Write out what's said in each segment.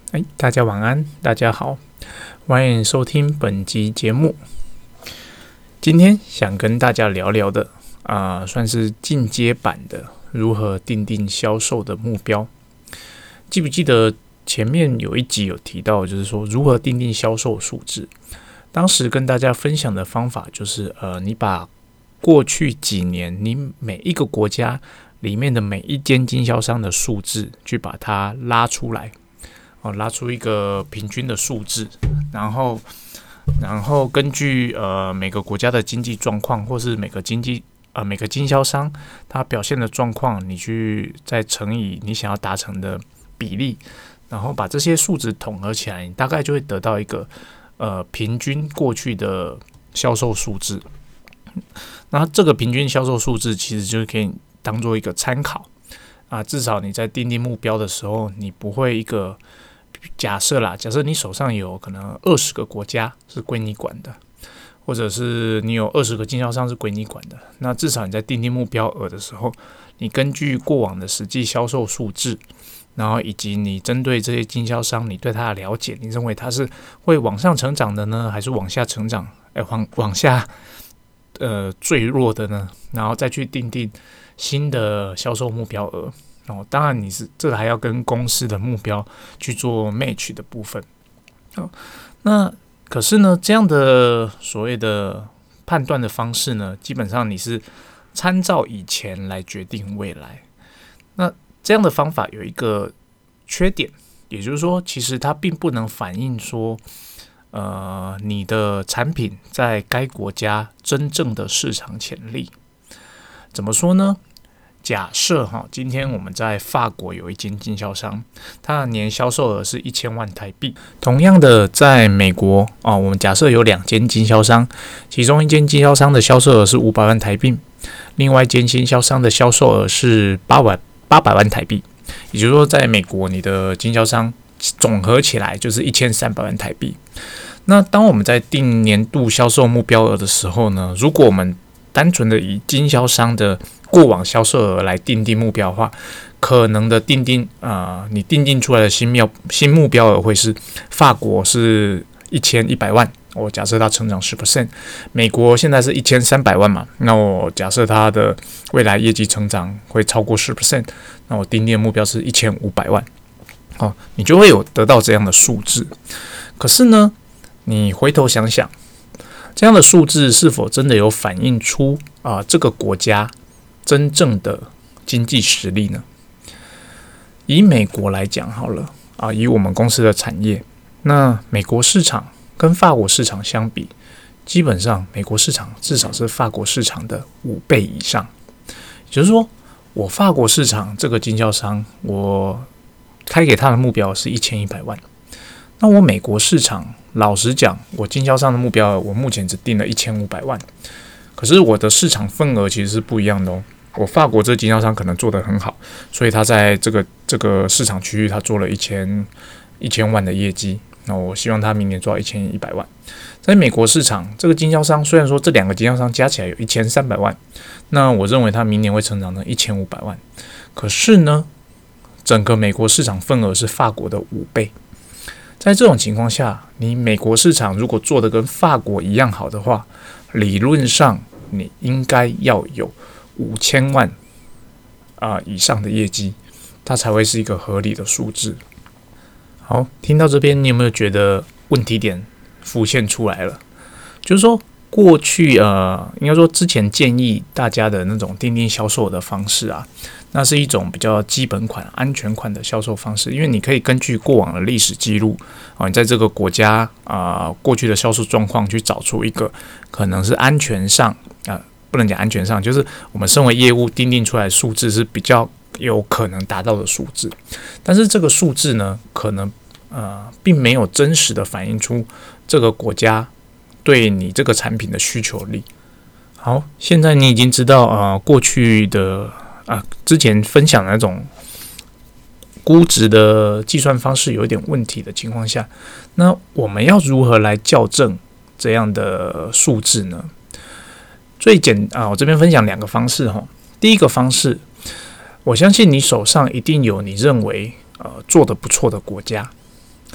大家晚安，大家好，欢迎收听本集节目。今天想跟大家聊聊的算是进阶版的如何订定销售的目标。记不记得前面有一集有提到，就是说如何订定销售数字。当时跟大家分享的方法就是你把过去几年你每一个国家里面的每一间经销商的数字去把它拉出来。拉出一个平均的数字，然后根据每个国家的经济状况，或是每个经销商他表现的状况，你去再乘以你想要达成的比例，然后把这些数值统合起来，你大概就会得到一个平均过去的销售数字。那这个平均销售数字其实就可以当做一个参考至少你在订定目标的时候，你不会一个假设你手上有可能20个国家是归你管的，或者是你有20个经销商是归你管的，那至少你在订定目标额的时候，你根据过往的实际销售数字，然后以及你针对这些经销商你对他的了解，你认为他是会往上成长的呢，还是往下成长往下坠落的呢，然后再去订定新的销售目标额。当然这个还要跟公司的目标去做 match 的部分。那可是呢，这样的所谓的判断的方式呢，基本上你是参照以前来决定未来。那这样的方法有一个缺点，也就是说，其实它并不能反映说你的产品在该国家真正的市场潜力。怎么说呢？假设今天我们在法国有一间经销商，它的年销售额是1000万台币。同样的，在美国我们假设有2间经销商，其中一间经销商的销售额是500万台币，另外一间经销商的销售额是800万台币。也就是说，在美国你的经销商总合起来就是1300万台币。那当我们在定年度销售目标额的时候呢，如果我们单纯的以经销商的过往销售额来定定目标的话，可能的你定定出来的新目标额会是法国是1100万，我假设它成长 10%， 美国现在是1300万嘛，那我假设它的未来业绩成长会超过 10%， 那我定定的目标是1500万。你就会有得到这样的数字。可是呢，你回头想想，这样的数字是否真的有反映出这个国家真正的经济实力呢？以美国来讲好了以我们公司的产业，那美国市场跟法国市场相比，基本上美国市场至少是法国市场的5倍以上。也就是说，我法国市场这个经销商，我开给他的目标是1100万。那我美国市场，老实讲，我经销商的目标我目前只定了1500万，可是我的市场份额其实是不一样的我法国这个经销商可能做得很好，所以他在这个市场区域他做了1000万的业绩，那我希望他明年做到1100万。在美国市场，这个经销商虽然说这2个经销商加起来有1300万，那我认为他明年会成长成1500万，可是呢，整个美国市场份额是法国的5倍。在这种情况下，你美国市场如果做得跟法国一样好的话，理论上你应该要有5000万以上的业绩，它才会是一个合理的数字。好，听到这边，你有没有觉得问题点浮现出来了？就是说，过去应该说之前建议大家的那种订定销售的方式那是一种比较基本款、安全款的销售方式，因为你可以根据过往的历史记录你在这个国家过去的销售状况去找出一个可能是安全上不能讲安全上，就是我们身为业务订定出来的数字是比较有可能达到的数字，但是这个数字呢，可能并没有真实的反映出这个国家对你这个产品的需求力。好，现在你已经知道过去的之前分享的那种估值的计算方式有一点问题的情况下，那我们要如何来校正这样的数字呢？我这边分享2个方式第一个方式，我相信你手上一定有你认为做得不错的国家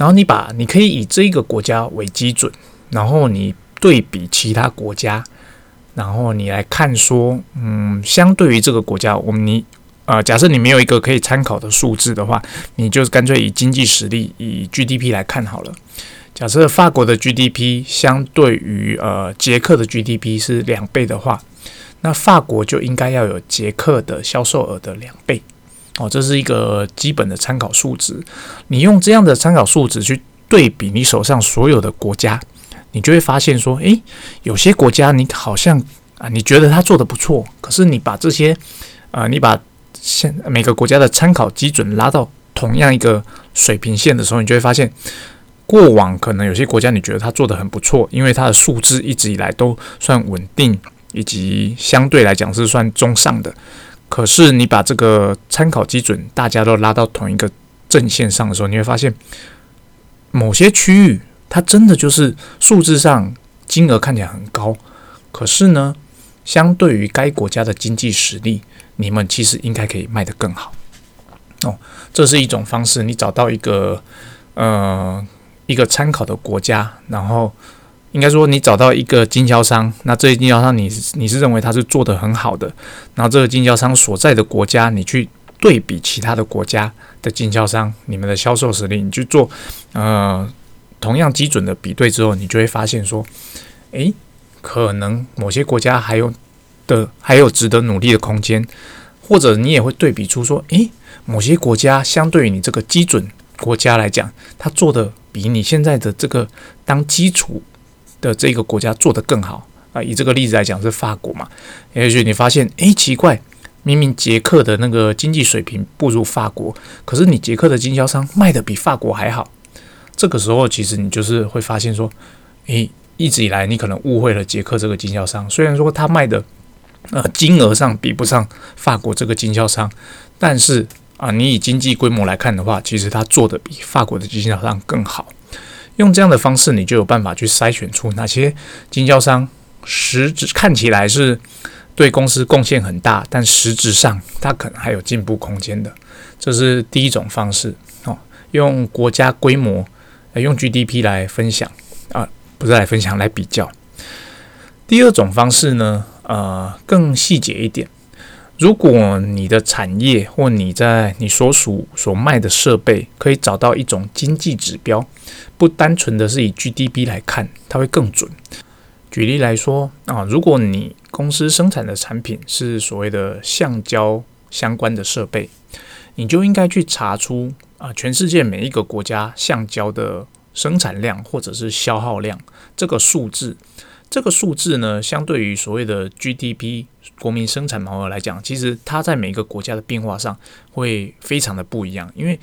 然后你可以以这个国家为基准，然后你对比其他国家，然后你来看说，相对于这个国家，假设你没有一个可以参考的数字的话，你就干脆以经济实力，以 GDP 来看好了。假设法国的 GDP 相对于捷克的 GDP 是2倍的话，那法国就应该要有捷克的销售额的2倍。这是一个基本的参考数值。你用这样的参考数值去对比你手上所有的国家，你就会发现说，有些国家你好像你觉得它做得不错，可是你把这些你把每个国家的参考基准拉到同样一个水平线的时候，你就会发现，过往可能有些国家你觉得它做得很不错，因为它的数字一直以来都算稳定，以及相对来讲是算中上的。可是你把这个参考基准大家都拉到同一个阵线上的时候，你会发现某些区域它真的就是数字上金额看起来很高，可是呢，相对于该国家的经济实力，你们其实应该可以卖得更好。这是一种方式，你找到一个参考的国家，然后应该说你找到一个经销商，那这个经销商你是认为他是做得很好的，然后这个经销商所在的国家，你去对比其他的国家的经销商，你们的销售实力，你去做同样基准的比对之后，你就会发现说，可能某些国家还有值得努力的空间，或者你也会对比出说，某些国家相对于你这个基准国家来讲，它做的比你现在的这个当基础的这个国家做得更好以这个例子来讲是法国嘛，也许你发现奇怪，明明捷克的那个经济水平不如法国，可是你捷克的经销商卖的比法国还好。这个时候其实你就是会发现说，一直以来你可能误会了捷克这个经销商，虽然说他卖的金额上比不上法国这个经销商，但是你以经济规模来看的话，其实他做的比法国的经销商更好。用这样的方式，你就有办法去筛选出哪些经销商实质看起来是对公司贡献很大，但实质上它可能还有进步空间的。这是第一种方式，用国家规模，用 GDP 来分享不是来分享，来比较。第二种方式呢，更细节一点。如果你的产业或你所卖的设备可以找到一种经济指标，不单纯的是以 GDP 来看，它会更准。举例来说如果你公司生产的产品是所谓的橡胶相关的设备，你就应该去查出全世界每一个国家橡胶的生产量或者是消耗量这个数字。这个数字呢，相对于所谓的 GDP 国民生产毛额来讲，其实它在每一个国家的变化上会非常的不一样，因为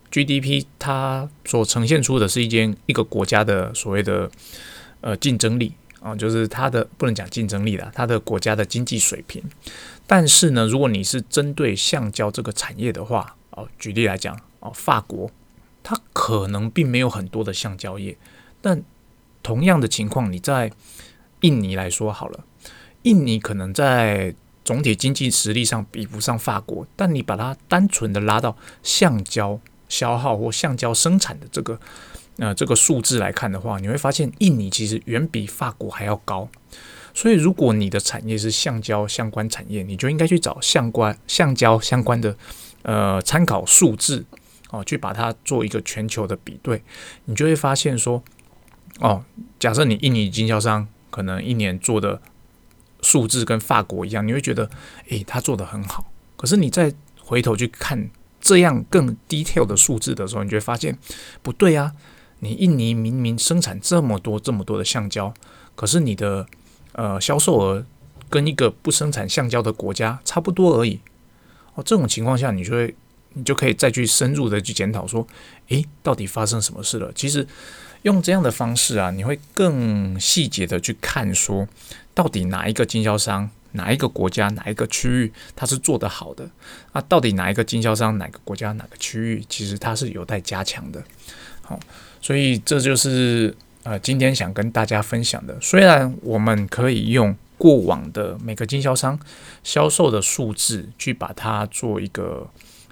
GDP 它所呈现出的是一个国家的所谓的竞争力就是它的不能讲竞争力啦，它的国家的经济水平。但是呢，如果你是针对橡胶这个产业的话举例来讲法国它可能并没有很多的橡胶业，但同样的情况你在印尼来说好了，印尼可能在总体经济实力上比不上法国，但你把它单纯的拉到橡胶消耗或橡胶生产的这个数字来看的话，你会发现印尼其实远比法国还要高。所以如果你的产业是橡胶相关产业，你就应该去找橡胶相关的参考数字去把它做一个全球的比对，你就会发现说假设你印尼经销商可能一年做的数字跟法国一样，你会觉得他做得很好。可是你再回头去看这样更 detail 的数字的时候，你就会发现不对啊，你印尼明明生产这么多的橡胶，可是你的销售额跟一个不生产橡胶的国家差不多而已。这种情况下你就可以再去深入的去检讨说到底发生什么事了。其实用这样的方式你会更细节的去看说到底哪一个经销商哪一个国家哪一个区域它是做得好的到底哪一个经销商哪个国家哪个区域其实它是有待加强的。所以这就是今天想跟大家分享的。虽然我们可以用过往的每个经销商销售的数字去把它做一个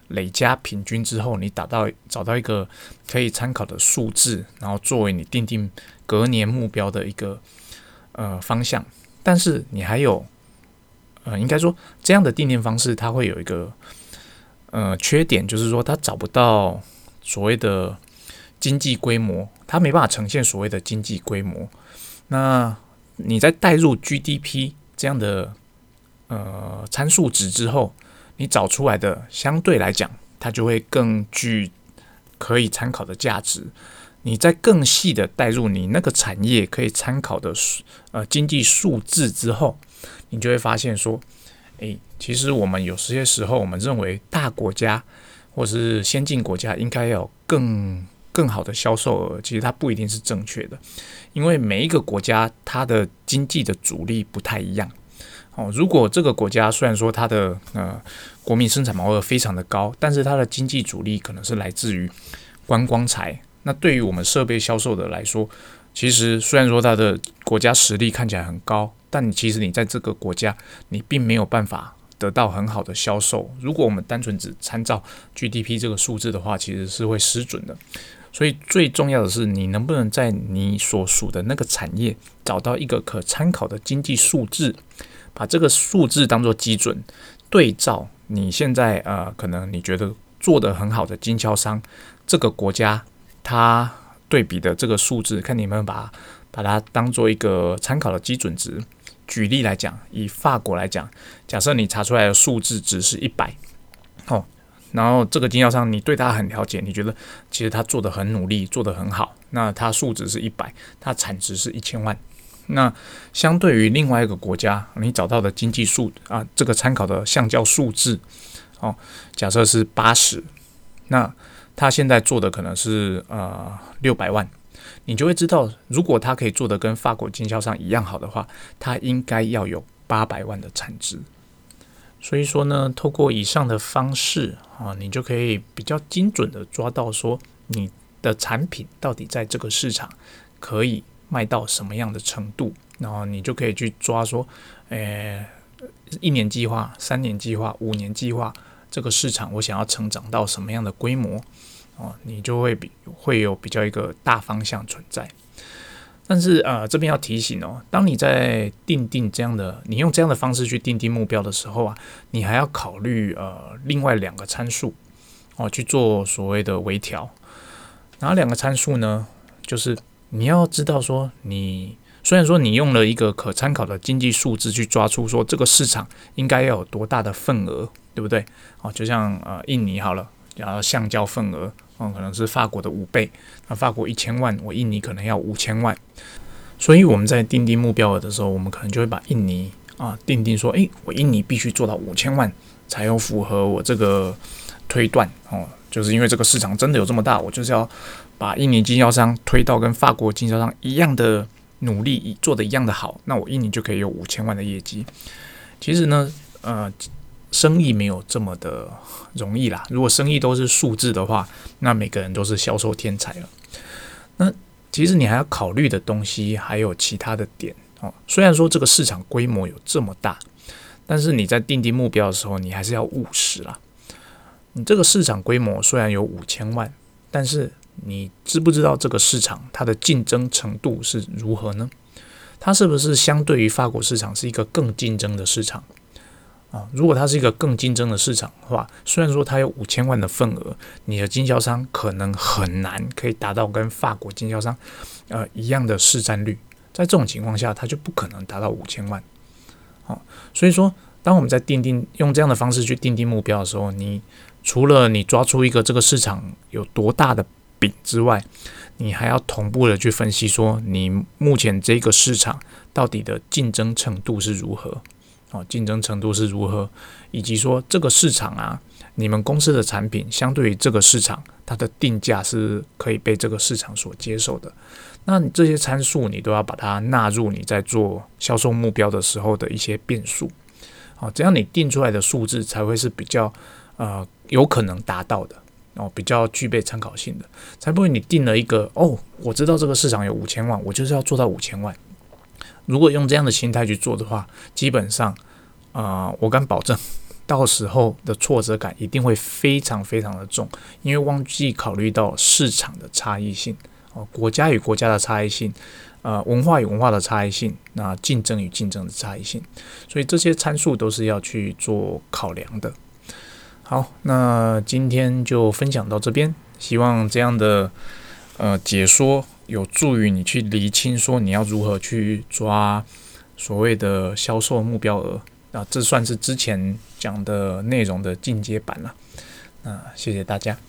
累加平均之后，你找到一个可以参考的数字，然后作为你订定隔年目标的一个方向。但是你还有应该说这样的订定方式，它会有一个缺点，就是说它找不到所谓的经济规模，它没办法呈现所谓的经济规模。那你在带入 GDP 这样的参数值之后，你找出来的相对来讲，它就会更具可以参考的价值。你再更细的带入你那个产业可以参考的经济数字之后，你就会发现说，其实我们有些时候我们认为大国家或是先进国家应该要有更好的销售额，其实它不一定是正确的，因为每一个国家它的经济的主力不太一样。如果这个国家虽然说它的国民生产毛额非常的高，但是它的经济主力可能是来自于观光财。那对于我们设备销售的来说，其实虽然说它的国家实力看起来很高，但其实你在这个国家你并没有办法得到很好的销售。如果我们单纯只参照 GDP 这个数字的话，其实是会失准的。所以最重要的是，你能不能在你所属的那个产业找到一个可参考的经济数字，把这个数字当作基准，对照你现在可能你觉得做得很好的经销商，这个国家它对比的这个数字，看你们把它当做一个参考的基准值。举例来讲，以法国来讲，假设你查出来的数字值是100，然后这个经销商你对他很了解，你觉得其实他做得很努力，做得很好，那他数值是100，他产值是1000万。那相对于另外一个国家，你找到的经济数这个参考的橡胶数字假设是80，那他现在做的可能是600万，你就会知道，如果他可以做的跟法国经销商一样好的话，他应该要有800万的产值。所以说呢，透过以上的方式你就可以比较精准的抓到说你的产品到底在这个市场可以卖到什么样的程度，然后你就可以去抓说1年计划、3年计划、5年计划，这个市场我想要成长到什么样的规模你就会有比较一个大方向存在。但是这边要提醒当你在定这样的，你用这样的方式去定目标的时候你还要考虑另外2个参数去做所谓的微调。哪2个参数呢？就是你要知道说，你虽然说你用了一个可参考的经济数字去抓出说这个市场应该要有多大的份额，对不对？就像印尼好了，然后橡胶份额可能是法国的5倍，那法国1000万，我印尼可能要5000万。所以我们在定目标额的时候，我们可能就会把印尼定说，我印尼必须做到5000万才有符合我这个推断就是因为这个市场真的有这么大，我就是要把印尼经销商推到跟法国经销商一样的努力，做的一样的好，那我印尼就可以有5000万的业绩。其实呢生意没有这么的容易啦。如果生意都是数字的话，那每个人都是销售天才了。那其实你还要考虑的东西还有其他的点虽然说这个市场规模有这么大，但是你在定目标的时候，你还是要务实啦。你这个市场规模虽然有5000万，但是你知不知道这个市场它的竞争程度是如何呢？它是不是相对于法国市场是一个更竞争的市场？如果它是一个更竞争的市场的话，虽然说它有5000万的份额，你的经销商可能很难可以达到跟法国经销商一样的市占率，在这种情况下，它就不可能达到5000万。所以说，当我们在用这样的方式去定目标的时候，你除了你抓出一个这个市场有多大的饼之外，你还要同步的去分析说，你目前这个市场到底的竞争程度是如何。竞争程度是如何，以及说这个市场你们公司的产品相对于这个市场，它的定价是可以被这个市场所接受的。那你这些参数你都要把它纳入你在做销售目标的时候的一些变数。这样你定出来的数字才会是比较有可能达到的比较具备参考性的，才不会你定了一个我知道这个市场有5000万，我就是要做到5000万。如果用这样的心态去做的话，基本上我敢保证到时候的挫折感一定会非常非常的重，因为忘记考虑到市场的差异性，国家与国家的差异性，文化与文化的差异性，那竞争与竞争的差异性，所以这些参数都是要去做考量的。好，那今天就分享到这边，希望这样的解说有助于你去厘清说你要如何去抓所谓的销售目标额。这算是之前讲的内容的进阶版了。那谢谢大家。